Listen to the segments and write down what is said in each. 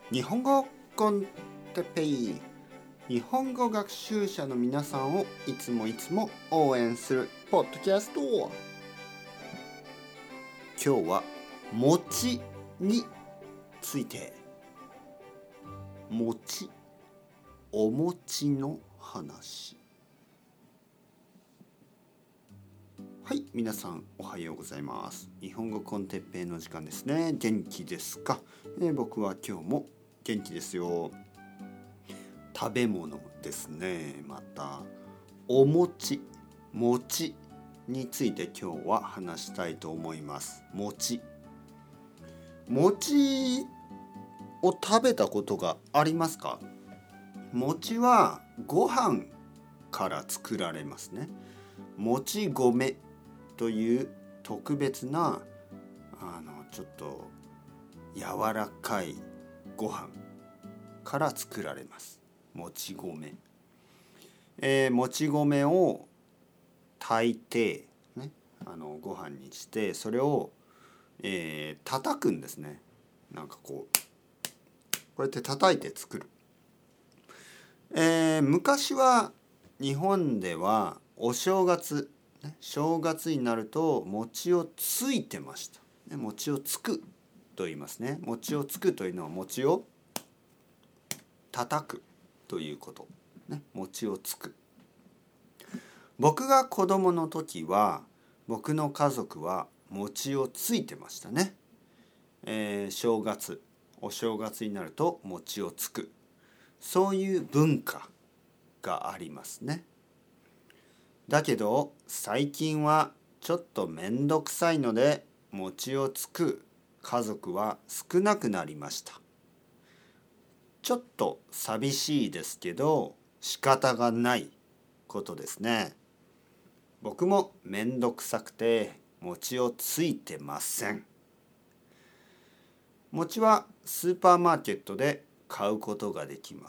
日本語コンテッペイ、日本語学習者の皆さんをいつも応援するポッドキャスト。今日は餅について。餅、お餅の話。はい、皆さんおはようございます。日本語コンテッペイの時間ですね。元気ですか？僕は今日も元気ですよ。食べ物ですね。またお餅について今日は話したいと思います。餅を食べたことがありますか？餅はご飯から作られますね。もち米という特別なちょっと柔らかいご飯から作られます。もち米、もち米を炊いて、ね、ご飯にしてそれを、叩くんですね。なんかこうやって叩いて作る。昔は日本ではお正月、正月になると餅をついてました。餅をつくと言いますね。餅をつくというのは餅を叩くということ。餅をつく。僕が子供の時は僕の家族は餅をついてましたね。お正月になると餅をつく。そういう文化がありますね。だけど最近はちょっとめんどくさいので餅をつく家族は少なくなりました。ちょっと寂しいですけど仕方がないことですね。僕もめんどくさくて餅をついてません。餅はスーパーマーケットで買うことができます。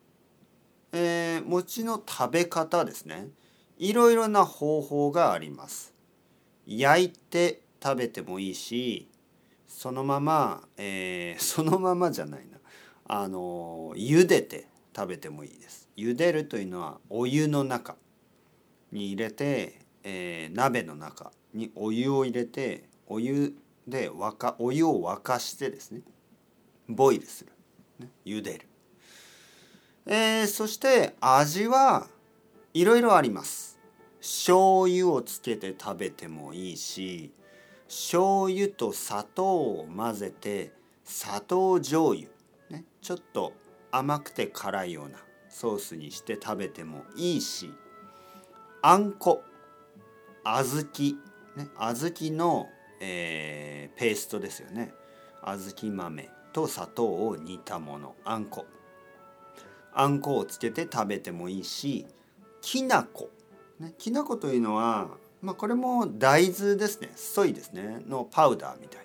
餅の食べ方ですね。いろいろな方法があります。焼いて食べてもいいし、そのままじゃないな。茹でて食べてもいいです。茹でるというのはお湯の中に入れて、鍋の中にお湯を入れて、お湯を沸かしてですね、ボイルする。茹でる。そして味はいろいろあります。醤油をつけて食べてもいいし、醤油と砂糖を混ぜて砂糖醤油、ちょっと甘くて辛いようなソースにして食べてもいいし、あんこ、小豆の、ペーストですよね。小豆豆と砂糖を煮たもの、あんこをつけて食べてもいいし、きな粉、きな粉というのは、これも大豆ですね。ソイですねのパウダーみたい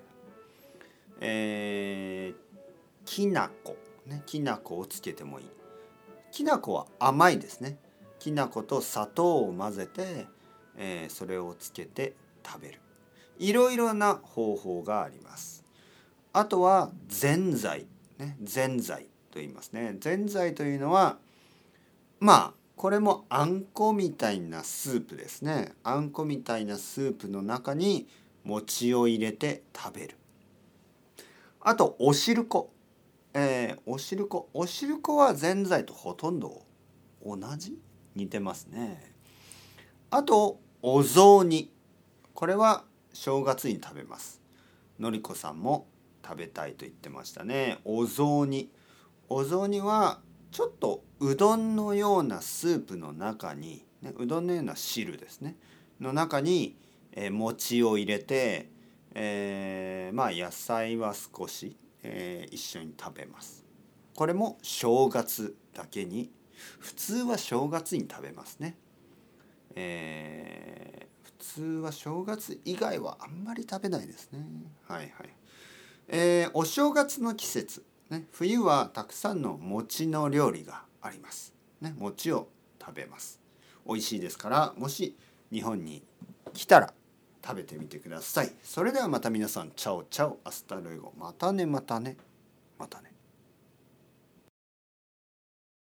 な、きな粉をつけてもいい。きな粉は甘いですね。きな粉と砂糖を混ぜて、それをつけて食べる。いろいろな方法があります。あとはぜんざいと言いますね。ぜんざいというのはこれもあんこみたいなスープですね。あんこみたいなスープの中に餅を入れて食べる。あとおしるこ。おしるこはぜんざいとほとんど似てますね。あとお雑煮。これは正月に食べます。のりこさんも食べたいと言ってましたね。お雑煮はちょっとうどんのようなスープの中に、うどんのような汁ですねの中に、餅を入れて、野菜は少し、一緒に食べます。これも正月だけに、普通は正月に食べますね。普通は正月以外はあんまり食べないですね。お正月の季節、冬はたくさんの餅の料理があります。餅を食べます。美味しいですから、もし日本に来たら食べてみてください。それではまた皆さん、チャオチャオ、アスタルエゴ、またね。